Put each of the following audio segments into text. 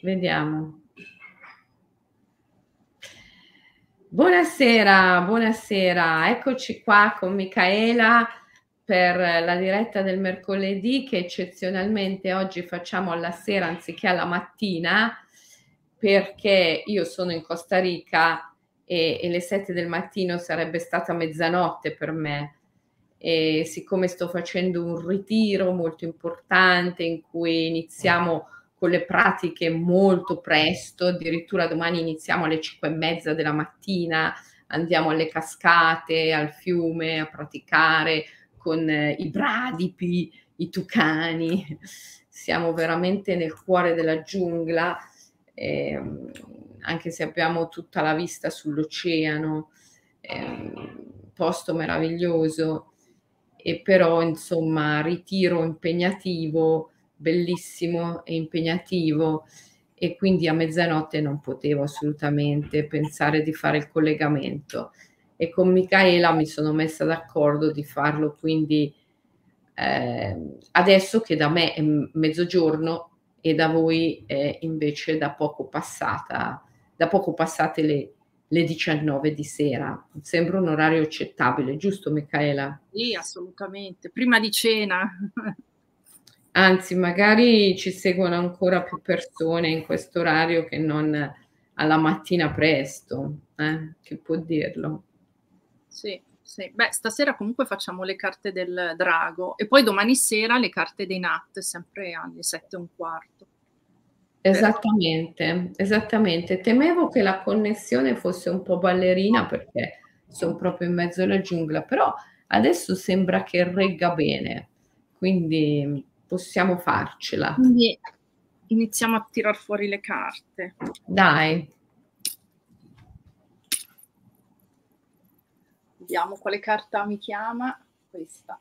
Vediamo. Buonasera, buonasera. Eccoci qua con Micaela per la diretta del mercoledì che eccezionalmente oggi facciamo alla sera anziché alla mattina, perché io sono in Costa Rica e le 7 del mattino sarebbe stata mezzanotte per me. E siccome sto facendo un ritiro molto importante in cui iniziamo con le pratiche molto presto, addirittura domani iniziamo alle 5:30 della mattina, andiamo alle cascate, al fiume a praticare con i bradipi, i tucani, siamo veramente nel cuore della giungla, anche se abbiamo tutta la vista sull'oceano, posto meraviglioso, e però insomma ritiro impegnativo, bellissimo e impegnativo, e quindi a mezzanotte non potevo assolutamente pensare di fare il collegamento e con Micaela mi sono messa d'accordo di farlo quindi adesso che da me è mezzogiorno e da voi è invece da poco passate le 19 di sera. Sembra un orario accettabile, giusto Micaela? Sì, assolutamente. Prima di cena. Anzi, magari ci seguono ancora più persone in questo orario che non alla mattina presto, chi può dirlo? Sì, sì. Beh, stasera comunque facciamo le carte del drago e poi domani sera le carte dei Nat, sempre alle 7:15. Esattamente, esattamente. Temevo che la connessione fosse un po' ballerina perché son proprio in mezzo alla giungla, però adesso sembra che regga bene, quindi possiamo farcela. Quindi iniziamo a tirar fuori le carte. Dai. Vediamo quale carta mi chiama. Questa.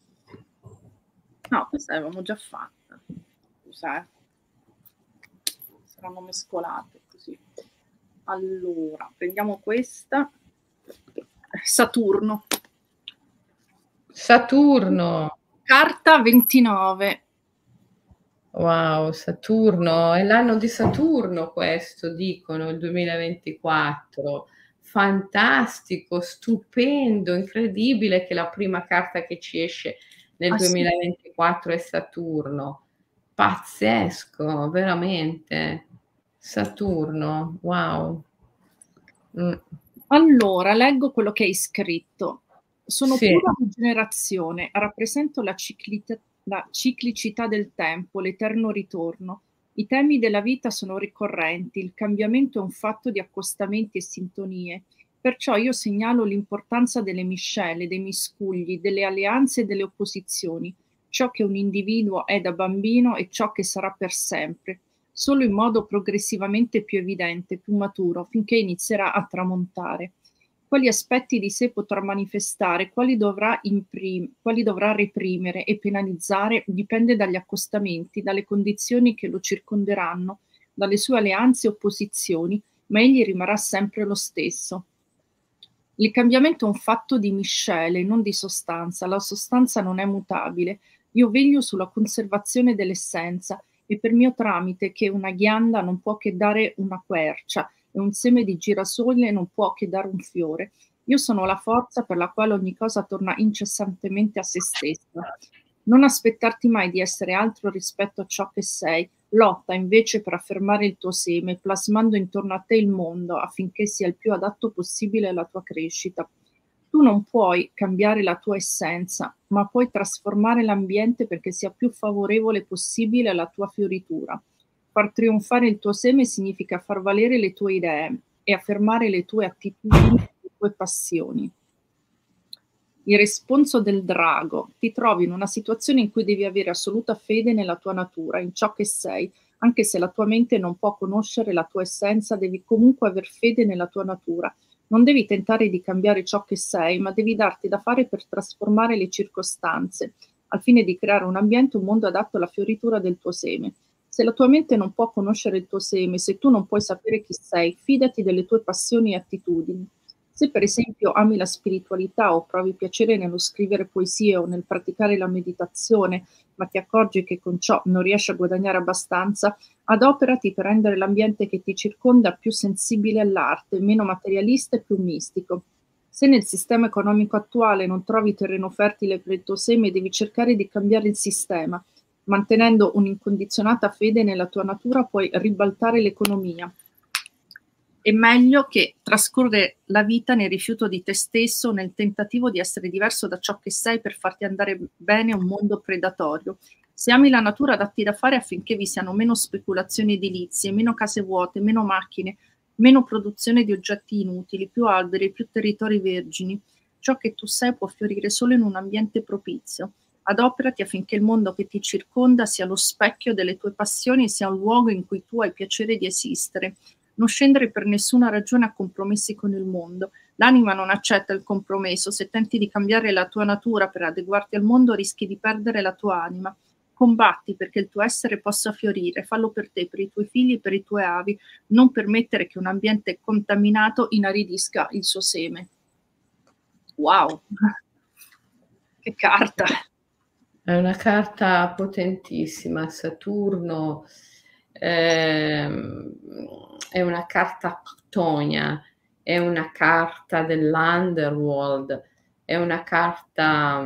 No, questa l'avevamo già fatta. Scusa, saranno mescolate così. Allora, prendiamo questa. Saturno. Saturno. Carta 29. Wow, Saturno, è l'anno di Saturno questo, dicono, il 2024. Fantastico, stupendo, incredibile che la prima carta che ci esce nel 2024 è Saturno. Pazzesco, veramente. Saturno, wow. Allora, leggo quello che hai scritto. Sono Sì. pura rigenerazione, rappresento la ciclicità del tempo, l'eterno ritorno. I temi della vita sono ricorrenti, il cambiamento è un fatto di accostamenti e sintonie. Perciò io segnalo l'importanza delle miscele, dei miscugli, delle alleanze e delle opposizioni, ciò che un individuo è da bambino e ciò che sarà per sempre, solo in modo progressivamente più evidente, più maturo, finché inizierà a tramontare. Quali aspetti di sé potrà manifestare, quali dovrà reprimere e penalizzare, dipende dagli accostamenti, dalle condizioni che lo circonderanno, dalle sue alleanze e opposizioni, ma egli rimarrà sempre lo stesso. Il cambiamento è un fatto di miscele, non di sostanza. La sostanza non è mutabile. Io veglio sulla conservazione dell'essenza e per mio tramite che una ghianda non può che dare una quercia e un seme di girasole non può che dare un fiore. Io sono la forza per la quale ogni cosa torna incessantemente a se stessa. Non aspettarti mai di essere altro rispetto a ciò che sei. Lotta invece per affermare il tuo seme, plasmando intorno a te il mondo affinché sia il più adatto possibile alla tua crescita. Tu non puoi cambiare la tua essenza, ma puoi trasformare l'ambiente perché sia più favorevole possibile alla tua fioritura. Far trionfare il tuo seme significa far valere le tue idee e affermare le tue attitudini, le tue passioni. Il responso del drago. Ti trovi in una situazione in cui devi avere assoluta fede nella tua natura, in ciò che sei. Anche se la tua mente non può conoscere la tua essenza, devi comunque aver fede nella tua natura. Non devi tentare di cambiare ciò che sei, ma devi darti da fare per trasformare le circostanze, al fine di creare un ambiente, un mondo adatto alla fioritura del tuo seme. Se la tua mente non può conoscere il tuo seme, se tu non puoi sapere chi sei, fidati delle tue passioni e attitudini. Se per esempio ami la spiritualità o provi piacere nello scrivere poesie o nel praticare la meditazione, ma ti accorgi che con ciò non riesci a guadagnare abbastanza, adoperati per rendere l'ambiente che ti circonda più sensibile all'arte, meno materialista e più mistico. Se nel sistema economico attuale non trovi terreno fertile per il tuo seme, devi cercare di cambiare il sistema. Mantenendo un'incondizionata fede nella tua natura puoi ribaltare l'economia. È meglio che trascorrere la vita nel rifiuto di te stesso, nel tentativo di essere diverso da ciò che sei per farti andare bene a un mondo predatorio. Se ami la natura, datti da fare affinché vi siano meno speculazioni edilizie, meno case vuote, meno macchine, meno produzione di oggetti inutili, più alberi, più territori vergini. Ciò che tu sei può fiorire solo in un ambiente propizio. Adoperati affinché il mondo che ti circonda sia lo specchio delle tue passioni e sia un luogo in cui tu hai piacere di esistere. Non scendere per nessuna ragione a compromessi con il mondo. L'anima non accetta il compromesso. Se tenti di cambiare la tua natura per adeguarti al mondo, rischi di perdere la tua anima. Combatti perché il tuo essere possa fiorire. Fallo per te, per i tuoi figli, per i tuoi avi. Non permettere che un ambiente contaminato inaridisca il suo seme. Wow! Che carta! È una carta potentissima. Saturno è una carta ctonia, è una carta dell'underworld, è una carta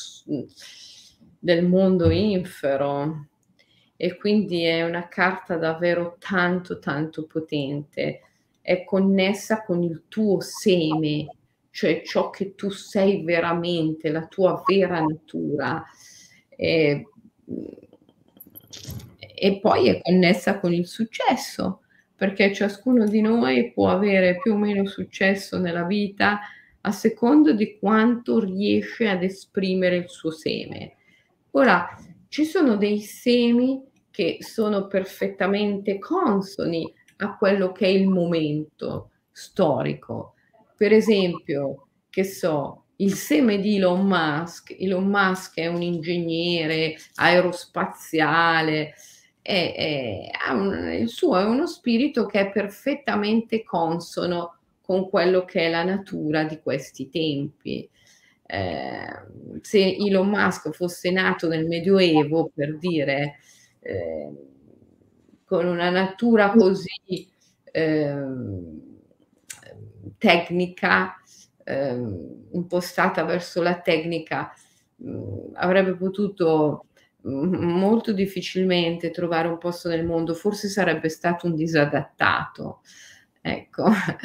del mondo infero, e quindi è una carta davvero tanto tanto potente. È connessa con il tuo seme, cioè ciò che tu sei veramente, la tua vera natura. E poi è connessa con il successo, perché ciascuno di noi può avere più o meno successo nella vita a secondo di quanto riesce ad esprimere il suo seme. Ora, ci sono dei semi che sono perfettamente consoni a quello che è il momento storico. Per esempio, che so, il seme di Elon Musk. Elon Musk è un ingegnere aerospaziale, il suo è uno spirito che è perfettamente consono con quello che è la natura di questi tempi. Se Elon Musk fosse nato nel Medioevo, per dire, con una natura così tecnica, impostata verso la tecnica, avrebbe potuto molto difficilmente trovare un posto nel mondo, forse sarebbe stato un disadattato, ecco.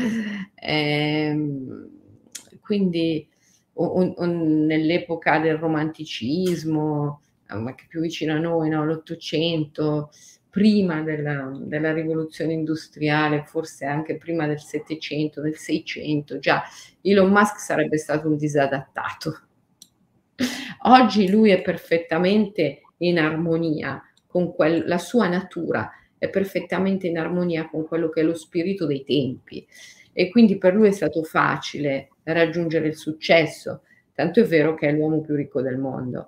Quindi o nell'epoca del romanticismo, ma che è più vicino a noi, no, l'Ottocento, prima della rivoluzione industriale, forse anche prima del '700, del '600, già Elon Musk sarebbe stato un disadattato. Oggi lui è perfettamente in armonia con la sua natura è perfettamente in armonia con quello che è lo spirito dei tempi, e quindi per lui è stato facile raggiungere il successo, tanto è vero che è l'uomo più ricco del mondo.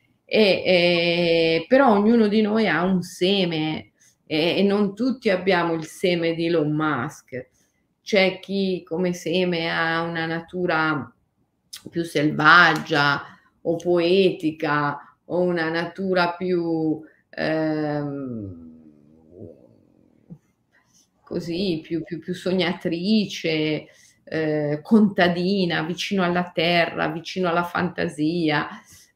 Però ognuno di noi ha un seme, e non tutti abbiamo il seme di Elon Musk. C'è chi come seme ha una natura più selvaggia o poetica, o una natura più così, più sognatrice, contadina, vicino alla terra, vicino alla fantasia.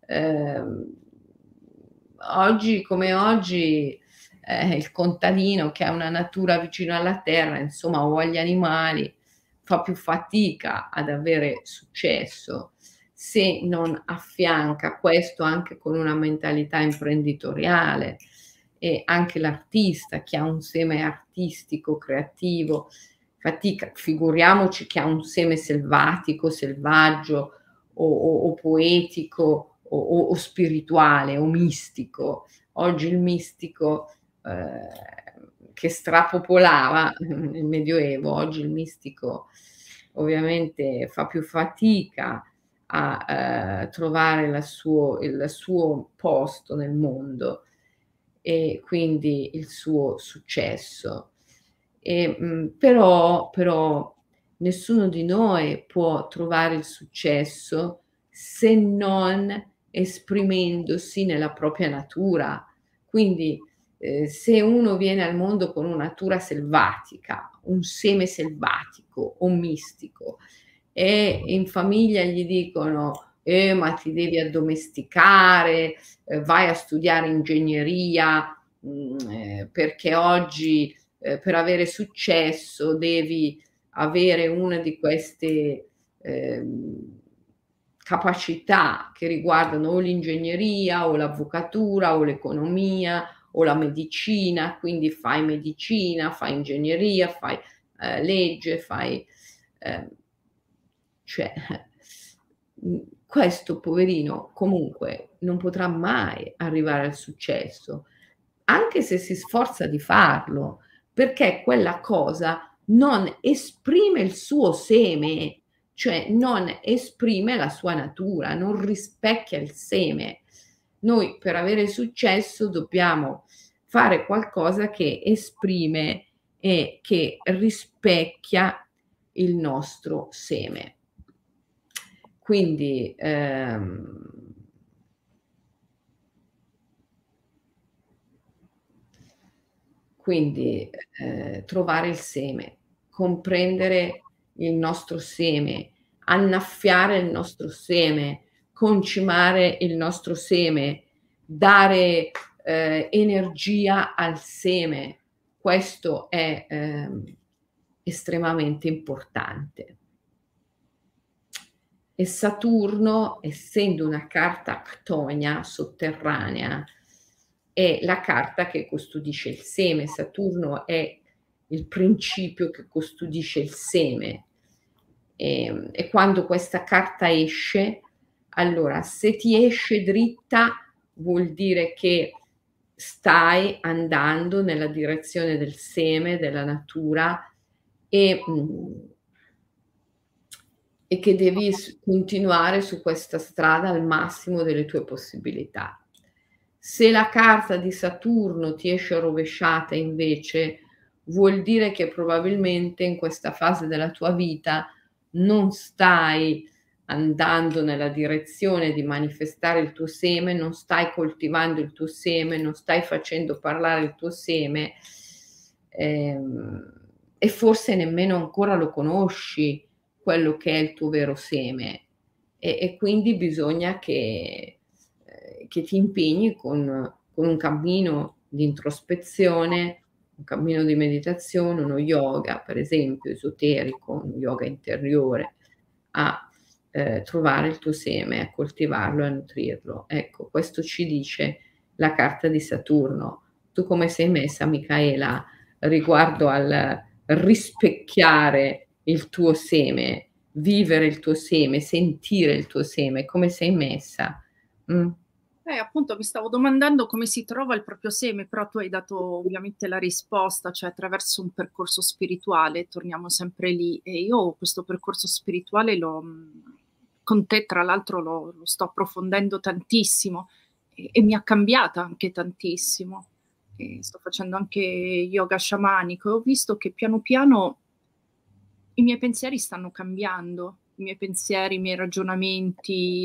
Oggi come oggi, il contadino che ha una natura vicino alla terra, insomma, o agli animali, fa più fatica ad avere successo, se non affianca questo anche con una mentalità imprenditoriale. E anche l'artista, chi ha un seme artistico, creativo, fatica, figuriamoci chi ha un seme selvatico, selvaggio o poetico o spirituale o mistico. Oggi il mistico che strapopolava nel Medioevo, oggi il mistico ovviamente fa più fatica a trovare il suo posto nel mondo e quindi il suo successo. Però nessuno di noi può trovare il successo se non esprimendosi nella propria natura. Quindi, se uno viene al mondo con una natura selvatica, un seme selvatico o mistico, e in famiglia gli dicono: ma ti devi addomesticare, vai a studiare ingegneria, perché oggi, per avere successo devi avere una di queste, capacità che riguardano o l'ingegneria o l'avvocatura o l'economia o la medicina, quindi fai medicina, fai ingegneria, fai, legge, fai, ehm cioè, questo poverino comunque non potrà mai arrivare al successo, anche se si sforza di farlo, perché quella cosa non esprime il suo seme, cioè non esprime la sua natura, non rispecchia il seme. Noi per avere successo dobbiamo fare qualcosa che esprime e che rispecchia il nostro seme. Quindi, trovare il seme, comprendere il nostro seme, annaffiare il nostro seme, concimare il nostro seme, dare, energia al seme. Questo è, estremamente importante. E Saturno, essendo una carta ctonia sotterranea, è la carta che custodisce il seme. Saturno è il principio che custodisce il seme. E quando questa carta esce, allora se ti esce dritta vuol dire che stai andando nella direzione del seme, della natura e che devi continuare su questa strada al massimo delle tue possibilità. Se la carta di Saturno ti esce rovesciata invece, vuol dire che probabilmente in questa fase della tua vita non stai andando nella direzione di manifestare il tuo seme, non stai coltivando il tuo seme, non stai facendo parlare il tuo seme, e forse nemmeno ancora lo conosci quello che è il tuo vero seme e quindi bisogna che ti impegni con un cammino di introspezione, un cammino di meditazione, uno yoga per esempio esoterico, un yoga interiore, a, trovare il tuo seme, a coltivarlo e a nutrirlo. Ecco, questo ci dice la carta di Saturno. Tu come sei messa, Micaela, riguardo al rispecchiare il tuo seme, vivere il tuo seme, sentire il tuo seme, come sei messa? Appunto mi stavo domandando come si trova il proprio seme, però tu hai dato ovviamente la risposta, cioè attraverso un percorso spirituale, torniamo sempre lì. E io questo percorso spirituale con te tra l'altro lo sto approfondendo tantissimo e mi ha cambiata anche tantissimo. E sto facendo anche yoga sciamanico e ho visto che piano piano i miei pensieri stanno cambiando, i miei pensieri, i miei ragionamenti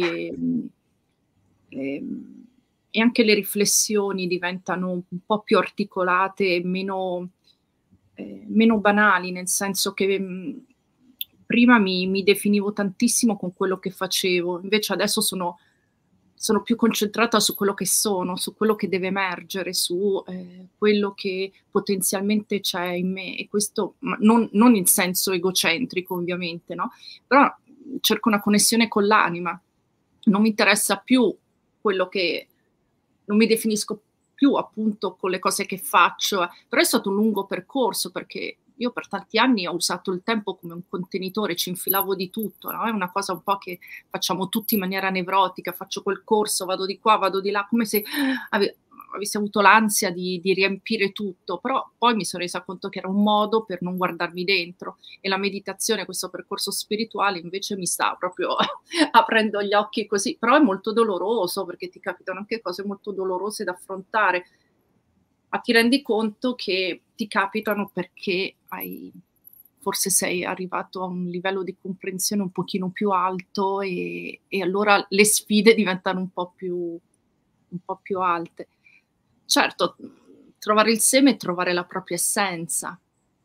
e anche le riflessioni diventano un po' più articolate e meno banali, nel senso che prima mi definivo tantissimo con quello che facevo, invece adesso sono più concentrata su quello che sono, su quello che deve emergere, su quello che potenzialmente c'è in me, e questo non in senso egocentrico ovviamente, no? Però cerco una connessione con l'anima, non mi interessa più quello che, non mi definisco più appunto con le cose che faccio, però è stato un lungo percorso perché io per tanti anni ho usato il tempo come un contenitore, ci infilavo di tutto, no? È una cosa un po' che facciamo tutti in maniera nevrotica, faccio quel corso, vado di qua, vado di là, come se avessi avuto l'ansia di riempire tutto, però poi mi sono resa conto che era un modo per non guardarmi dentro, e la meditazione, questo percorso spirituale invece mi sta proprio aprendo gli occhi così, però è molto doloroso perché ti capitano anche cose molto dolorose da affrontare, ma ti rendi conto che ti capitano perché hai forse sei arrivato a un livello di comprensione un pochino più alto e allora le sfide diventano un po' più alte. Certo, trovare il seme è trovare la propria essenza.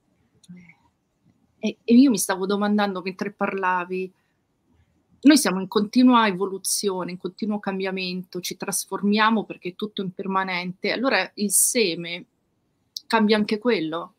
E io mi stavo domandando mentre parlavi, noi siamo in continua evoluzione, in continuo cambiamento, ci trasformiamo perché è tutto impermanente. Allora il seme cambia anche quello?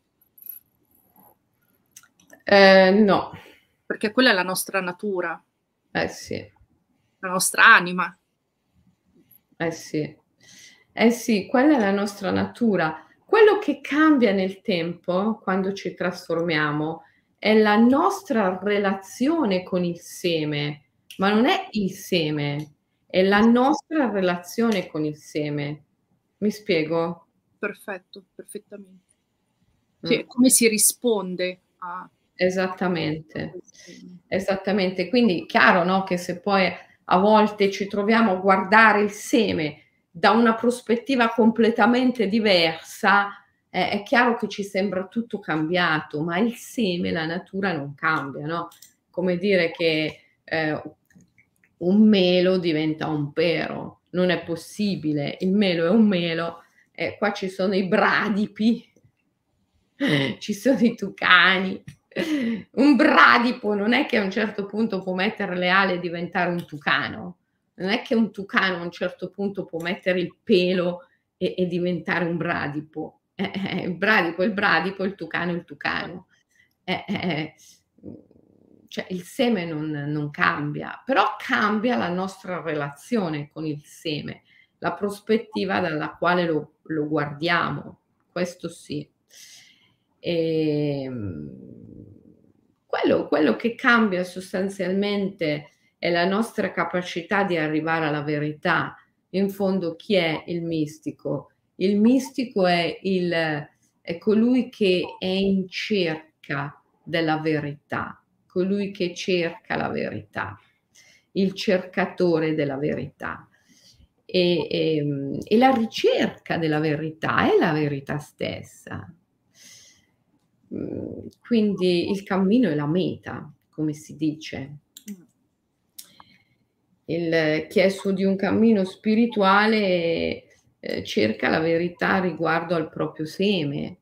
No, Perché quella è la nostra natura, eh sì. la nostra anima. Eh sì, eh sì, quella è la nostra natura. Quello che cambia nel tempo, quando ci trasformiamo, è la nostra relazione con il seme, ma non è il seme, è la nostra relazione con il seme. Mi spiego? Perfetto, perfettamente. Sì, Mh. è come si risponde a Esattamente, quel seme. esattamente. Quindi chiaro, no, che se poi a volte ci troviamo a guardare il seme da una prospettiva completamente diversa, è chiaro che ci sembra tutto cambiato, ma il seme, la natura non cambia, no, come dire che, un melo diventa un pero, non è possibile, il melo è un melo, e qua ci sono i bradipi, ci sono i tucani. Un bradipo non è che a un certo punto può mettere le ali e diventare un tucano. Non è che un tucano a un certo punto può mettere il pelo e diventare un bradipo. Il bradipo è il bradipo, il tucano è il tucano. Mhmm, cioè il seme non cambia, però cambia la nostra relazione con il seme, la prospettiva dalla quale lo guardiamo, questo sì. Quello che cambia sostanzialmente è la nostra capacità di arrivare alla verità. In fondo chi è il mistico? Il mistico è colui che è in cerca della verità, colui che cerca la verità, il cercatore della verità. E la ricerca della verità è la verità stessa. Quindi il cammino è la meta, come si dice. Chi è su di un cammino spirituale, cerca la verità riguardo al proprio seme,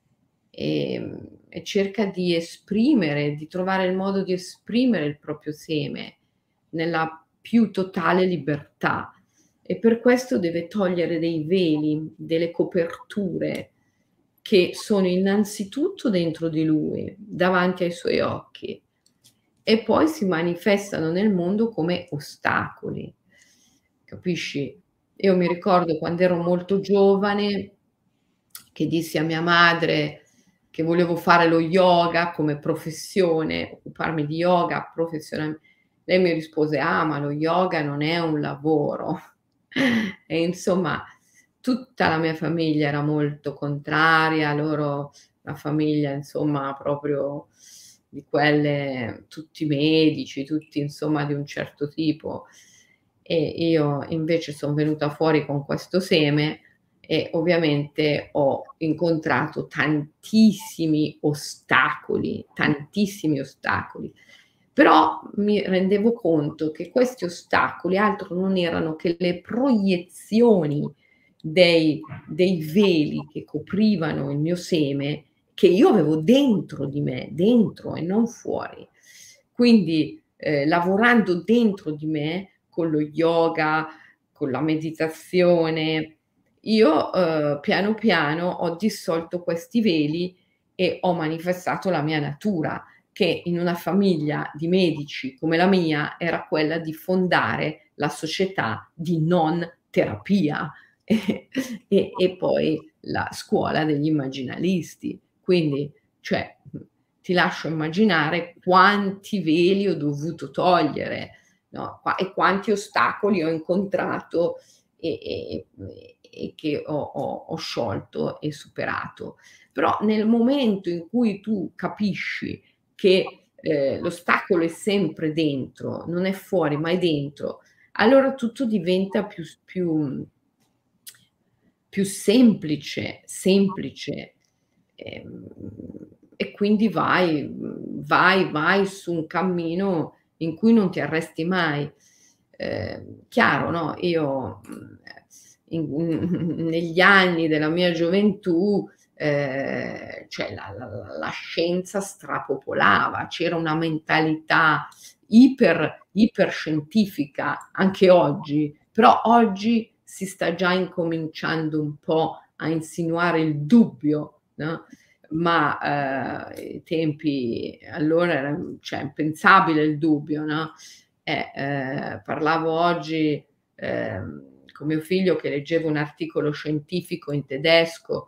e cerca di esprimere, di trovare il modo di esprimere il proprio seme nella più totale libertà, e per questo deve togliere dei veli, delle coperture che sono innanzitutto dentro di lui, davanti ai suoi occhi, e poi si manifestano nel mondo come ostacoli. Capisci? Io mi ricordo quando ero molto giovane che dissi a mia madre che volevo fare lo yoga come professione, occuparmi di yoga professional lei mi rispose: "Ah, ma lo yoga non è un lavoro." E insomma tutta la mia famiglia era molto contraria, loro una famiglia insomma proprio di quelle tutti medici, tutti insomma di un certo tipo. E io invece son venuta fuori con questo seme e ovviamente ho incontrato tantissimi ostacoli. Però mi rendevo conto che questi ostacoli altro non erano che le proiezioni dei veli che coprivano il mio seme, che io avevo dentro di me, dentro e non fuori. Quindi, lavorando dentro di me con lo yoga, con la meditazione, io, piano piano ho dissolto questi veli e ho manifestato la mia natura, che in una famiglia di medici come la mia era quella di fondare la società di non terapia e poi la scuola degli immaginalisti. Quindi, cioè, ti lascio immaginare quanti veli ho dovuto togliere, no, quanti ostacoli ho incontrato e che ho sciolto e superato. Però nel momento in cui tu capisci che, l'ostacolo è sempre dentro, non è fuori, ma è dentro, allora tutto diventa più semplice, e quindi vai, vai su un cammino in cui non ti arresti mai. Chiaro, no, io, negli anni della mia gioventù, cioè la scienza strapopolava, c'era una mentalità iperscientifica anche oggi, però oggi si sta già incominciando un po' a insinuare il dubbio, no, ma, ai tempi allora era, cioè, impensabile il dubbio, no, parlavo oggi, con mio figlio che leggevo un articolo scientifico in tedesco,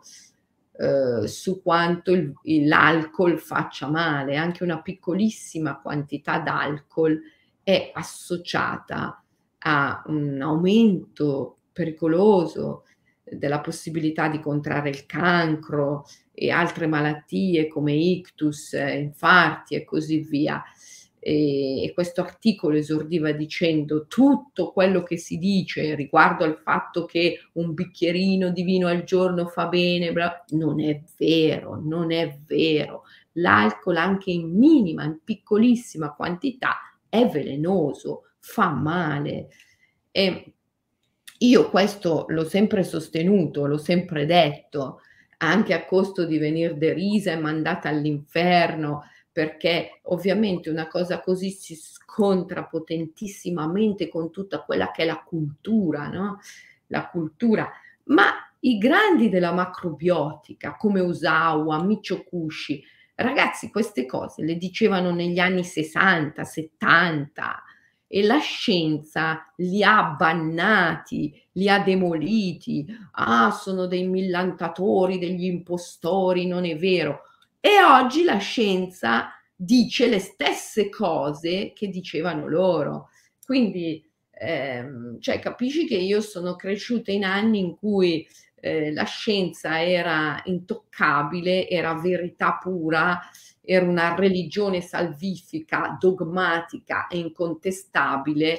su quanto l'alcol faccia male. Anche una piccolissima quantità d'alcol è associata a un aumento pericoloso della possibilità di contrarre il cancro e altre malattie come ictus, infarti e così via. E questo articolo esordiva dicendo: tutto quello che si dice riguardo al fatto che un bicchierino di vino al giorno fa bene, non è vero, non è vero. L'alcol anche in minima, in piccolissima quantità è velenoso, fa male. E io questo l'ho sempre sostenuto, l'ho sempre detto, anche a costo di venir derisa e mandata all'inferno, perché ovviamente una cosa così si scontra potentissimamente con tutta quella che è la cultura, no, la cultura. Ma i grandi della macrobiotica come Osawa, Michio Kushi, ragazzi, queste cose le dicevano negli anni '60, '70 e la scienza li ha bannati, li ha demoliti. "Ah, sono dei millantatori, degli impostori", non è vero. E oggi la scienza dice le stesse cose che dicevano loro. Quindi, cioè capisci che io sono cresciuta in anni in cui, la scienza era intoccabile, era verità pura, era una religione salvifica, dogmatica e incontestabile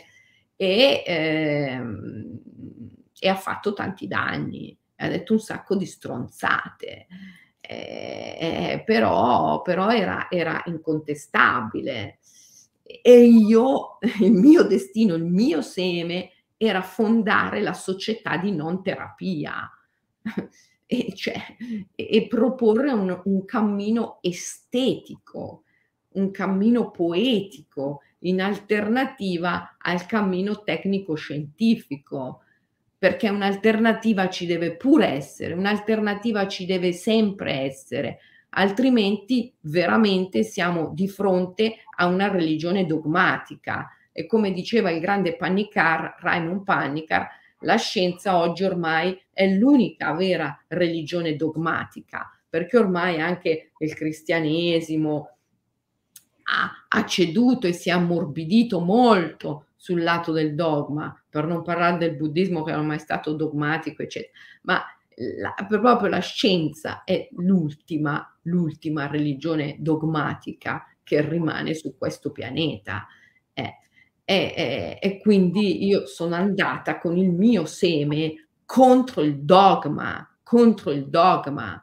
e e ha fatto tanti danni, ha detto un sacco di stronzate. Però era incontestabile. E io il mio destino, il mio seme era fondare la società di non terapia. E cioè e proporre un cammino estetico, un cammino poetico, in alternativa al cammino tecnico-scientifico, perché un'alternativa ci deve pure essere, un'alternativa ci deve sempre essere, altrimenti veramente siamo di fronte a una religione dogmatica. E come diceva il grande Panikkar, Raimund Panikkar, la scienza oggi ormai è l'unica vera religione dogmatica, perché ormai anche il cristianesimo ha ceduto e si è ammorbidito molto sul lato del dogma, per non parlare del buddismo che non è mai stato dogmatico, ma proprio la scienza è l'ultima religione dogmatica che rimane su questo pianeta. Eh, e quindi io sono andata con il mio seme contro il dogma, contro il dogma.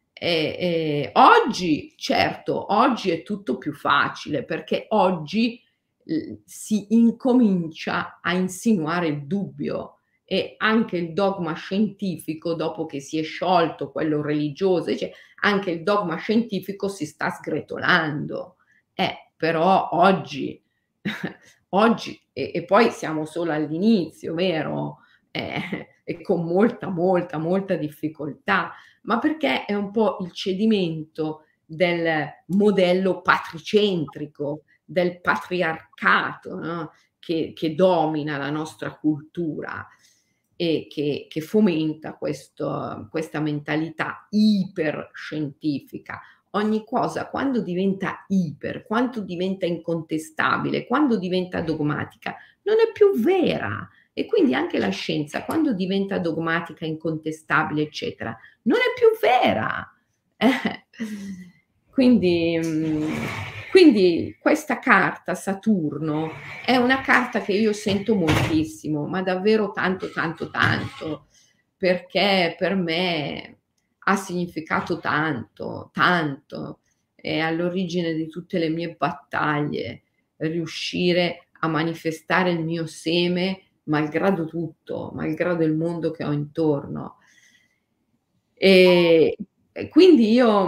Oggi, certo, oggi è tutto più facile, perché oggi, si incomincia a insinuare il dubbio e anche il dogma scientifico, dopo che si è sciolto quello religioso, anche il dogma scientifico si sta sgretolando. Però oggi oggi e poi siamo solo all'inizio, vero? E con molta difficoltà, ma perché è un po' il cedimento del modello patricentrico, del patriarcato, no, che domina la nostra cultura e che fomenta questa mentalità iperscientifica. Ogni cosa quando diventa quando diventa incontestabile, quando diventa dogmatica, non è più vera. E quindi anche la scienza quando diventa dogmatica, incontestabile, eccetera, non è più vera. Quindi quindi questa carta Saturno è una carta che io sento moltissimo, ma davvero tanto, perché per me ha significato tanto, tanto. è all'origine di tutte le mie battaglie, riuscire a manifestare il mio seme malgrado tutto, malgrado il mondo che ho intorno. Ehm, e quindi io,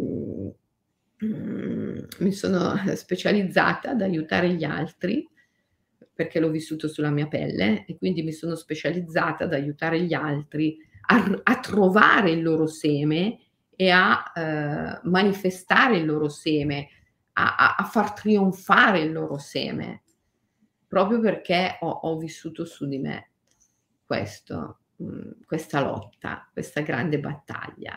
mi sono specializzata ad aiutare gli altri, perché l'ho vissuto sulla mia pelle e quindi mi sono specializzata ad aiutare gli altri a trovare il loro seme e a, manifestare il loro seme, a far trionfare il loro seme, proprio perché ho vissuto su di me questa lotta, questa grande battaglia.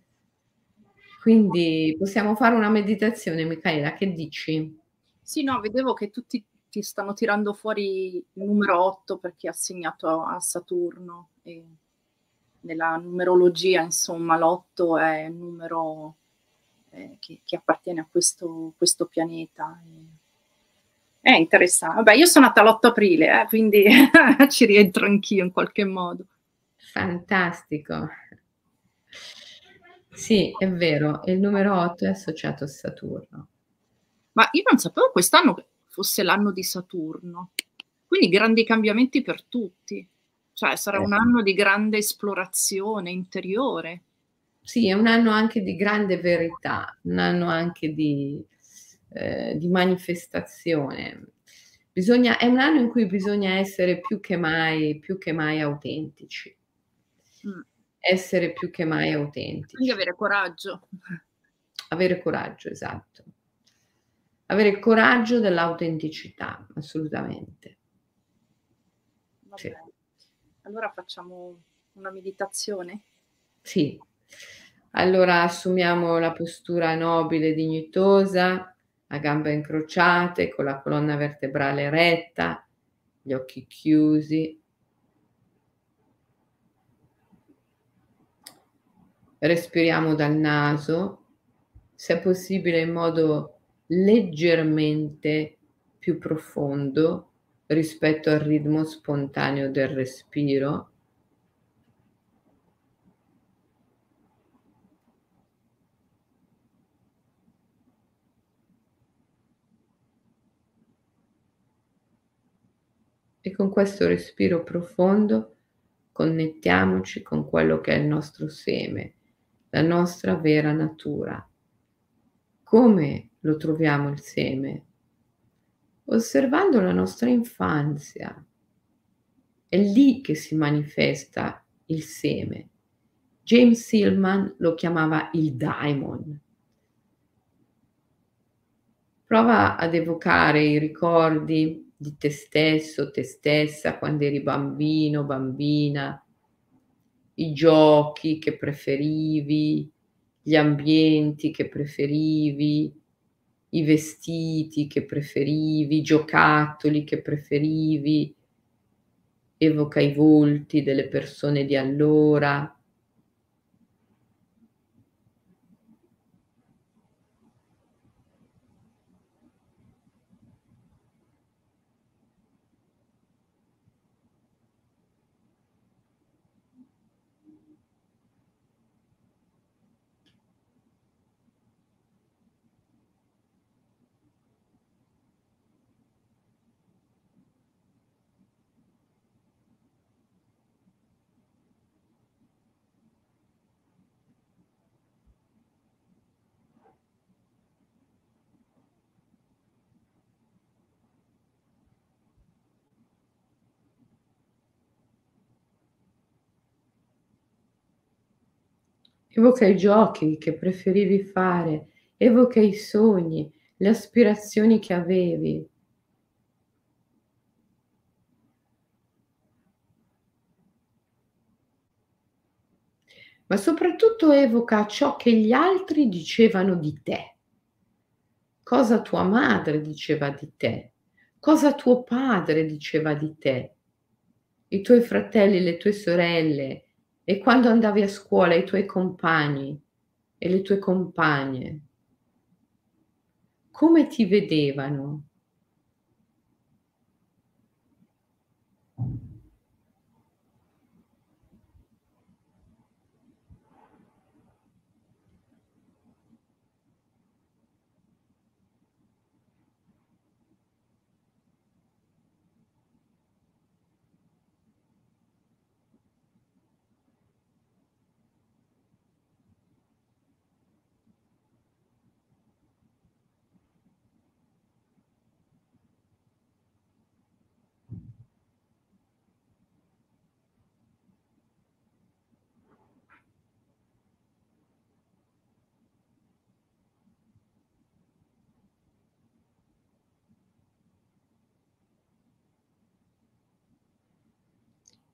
Quindi possiamo fare una meditazione, Micaela, che dici? Sì, no, vedevo che tutti ti stanno tirando fuori il numero 8 perché è assegnato a Saturno e nella numerologia, insomma, l'8 è il numero che appartiene a questo pianeta. È vabbè, io sono nata l'8 aprile, quindi ci rientro anch'io in qualche modo. Fantastico. Sì, è vero, il numero 8 è associato a Saturno. Ma io non sapevo quest'anno che fosse l'anno di Saturno, quindi grandi cambiamenti per tutti. Cioè sarà un anno di grande esplorazione interiore. Sì, è un anno anche di grande verità, un anno anche di manifestazione. È un anno in cui bisogna essere più che mai autentici. Mh. Essere più che mai Quindi autentici. avere coraggio. Avere coraggio, esatto. Avere il coraggio dell'autenticità, assolutamente. Sì, Vabbè. Allora facciamo una meditazione? sì. Allora assumiamo la postura nobile e dignitosa, a gambe incrociate, con la colonna vertebrale eretta, gli occhi chiusi. Respiriamo dal naso, se possibile in modo leggermente più profondo rispetto al ritmo spontaneo del respiro. E con questo respiro profondo connettiamoci con quello che è il nostro seme, la nostra vera natura. Come lo troviamo il seme? Osservando la nostra infanzia. È lì che si manifesta il seme. James Hillman lo chiamava il daimon. Prova ad evocare i ricordi di te stesso, te stessa quando eri bambino, bambina, i giochi che preferivi, gli ambienti che preferivi, i vestiti che preferivi, i giocattoli che preferivi. Evoca i volti delle persone di allora. Evoca i giochi che preferivi fare, evoca i sogni, le aspirazioni che avevi. Ma soprattutto evoca ciò che gli altri dicevano di te. Cosa tua madre diceva di te, cosa tuo padre diceva di te, i tuoi fratelli, le tue sorelle e quando andavi a scuola i tuoi compagni e le tue compagne. Come ti vedevano?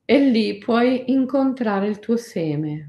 e lì puoi incontrare il tuo seme.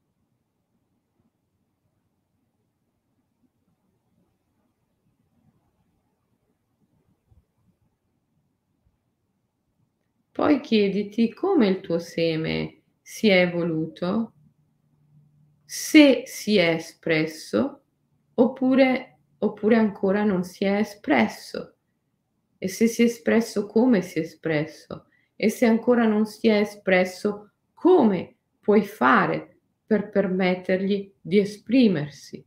Poi chiediti come il tuo seme si è evoluto, se si è espresso oppure ancora non si è espresso. E se si è espresso, come si è espresso? E se ancora non si è espresso, come puoi fare per permettergli di esprimersi?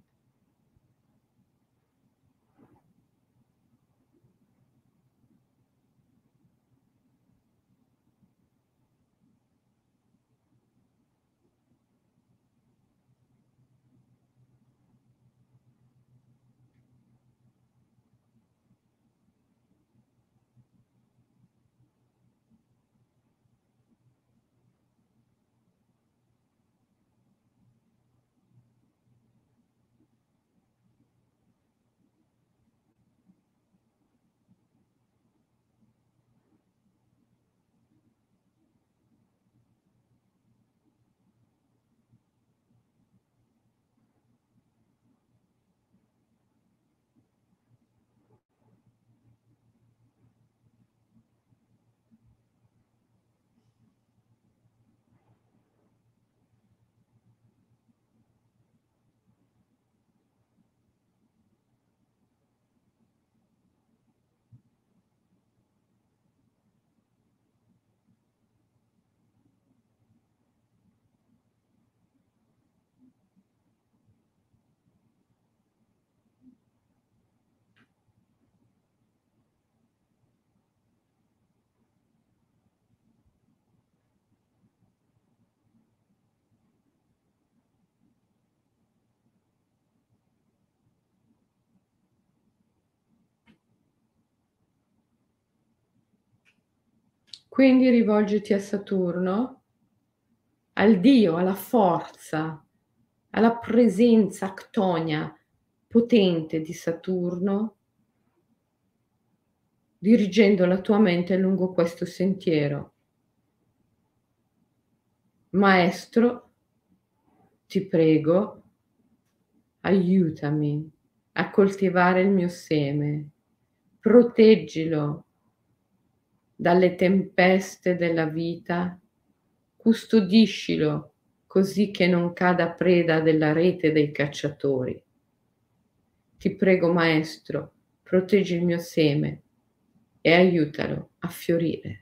Quindi rivolgiti a Saturno, al Dio, alla forza, alla presenza ctonia potente di Saturno, dirigendo la tua mente lungo questo sentiero. Maestro, ti prego, aiutami a coltivare il mio seme, proteggilo dalle tempeste della vita, custodiscilo così che non cada preda della rete dei cacciatori. Ti prego, Maestro, proteggi il mio seme e aiutalo a fiorire.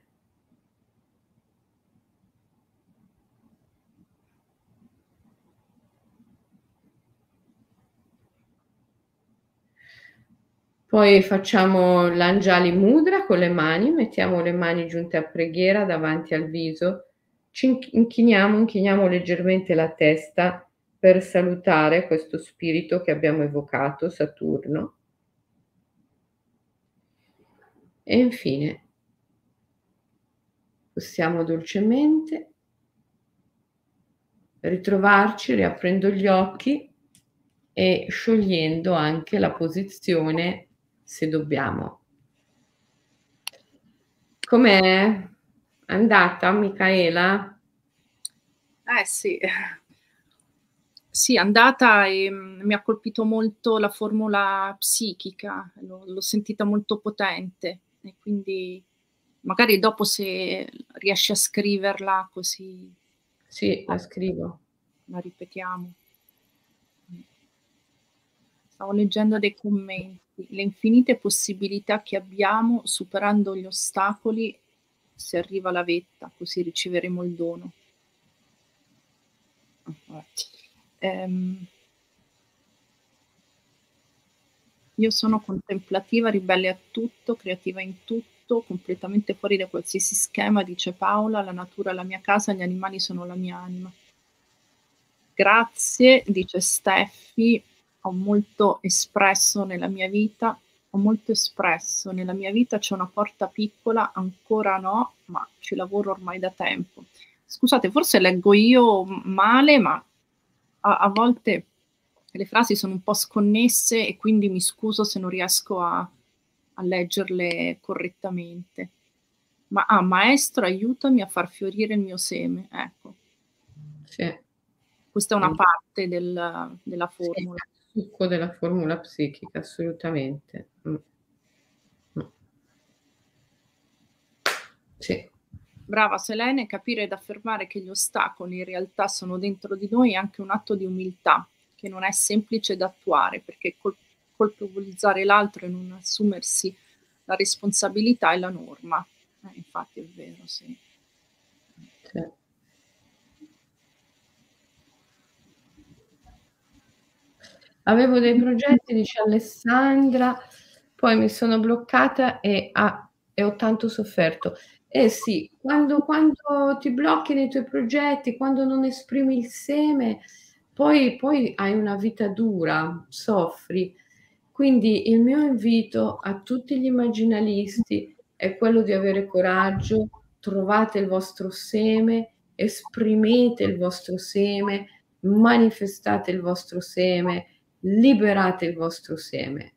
Poi facciamo l'Anjali Mudra con le mani, mettiamo le mani giunte a preghiera davanti al viso, ci inchiniamo leggermente la testa per salutare questo spirito che abbiamo evocato, Saturno. E infine possiamo dolcemente ritrovarci riaprendo gli occhi e sciogliendo anche la posizione se dobbiamo. Com'è andata, Micaela? Sì. Sì, è andata e mi ha colpito molto la formula psichica, l'ho sentita molto potente e quindi magari dopo se riesci a scriverla così Sì, la scrivo. la ripetiamo. Stavo leggendo dei commenti. Le infinite possibilità che abbiamo, superando gli ostacoli, si arriva alla vetta, così riceveremo il dono. Io sono contemplativa, ribelle a tutto, creativa in tutto, completamente fuori da qualsiasi schema, dice Paola, la natura è la mia casa, gli animali sono la mia anima. Grazie, dice Steffi, ho molto espresso nella mia vita, c'è una porta piccola, ancora no, ma ci lavoro ormai da tempo. Scusate, forse leggo io male, ma a volte le frasi sono un po' sconnesse e quindi mi scuso se non riesco a leggerle correttamente. Maestro, aiutami a far fiorire il mio seme. Ecco. Sì. Questa è una parte della Sì, formula. il succo della formula psichica, assolutamente. Sì. Brava Selene, capire ed affermare che gli ostacoli in realtà sono dentro di noi è anche un atto di umiltà, che non è semplice da attuare, perché colpevolizzare l'altro e non assumersi la responsabilità è la norma. Infatti è vero, sì. Sì. Avevo dei progetti, dice Alessandra, poi mi sono bloccata e ho tanto sofferto. Eh sì, quando ti blocchi nei tuoi progetti, quando non esprimi il seme, poi hai una vita dura, soffri. Quindi il mio invito a tutti gli immaginalisti è quello di avere coraggio, trovate il vostro seme, esprimete il vostro seme, manifestate il vostro seme, liberate il vostro seme.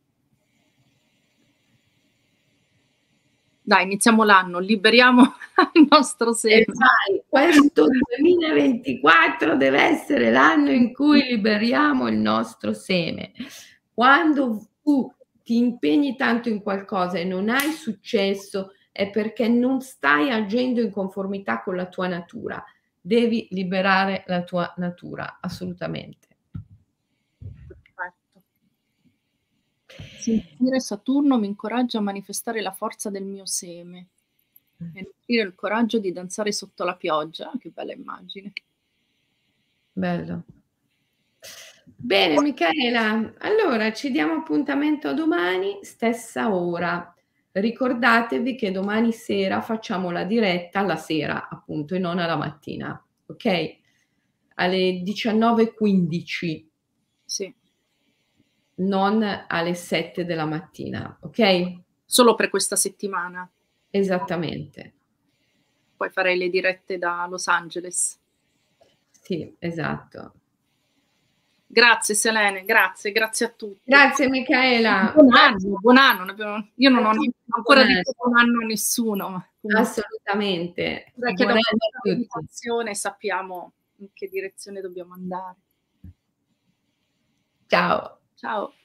Dai, iniziamo l'anno, liberiamo il nostro seme. E sai, questo 2024 deve essere l'anno in cui liberiamo il nostro seme. Quando tu ti impegni tanto in qualcosa e non hai successo, è perché non stai agendo in conformità con la tua natura. Devi liberare la tua natura, assolutamente. Perfetto. Sentire Saturno mi incoraggia a manifestare la forza del mio seme e nutrire il coraggio di danzare sotto la pioggia. Che bella immagine. Bello. Bene Michaela, allora ci diamo appuntamento a domani, stessa ora. Ricordatevi che domani sera facciamo la diretta alla sera, appunto, e non alla mattina, ok? Alle 19:15. Sì. Non alle 7 della mattina, ok? Solo per questa settimana. Esattamente. Poi farei le dirette da Los Angeles. Sì, esatto. Grazie Selene, grazie a tutti. Grazie Michaela. Buon anno. Io non ho ancora detto buon anno a nessuno. Assolutamente. Che dopo la meditazione sappiamo in che direzione dobbiamo andare. Ciao. Ciao.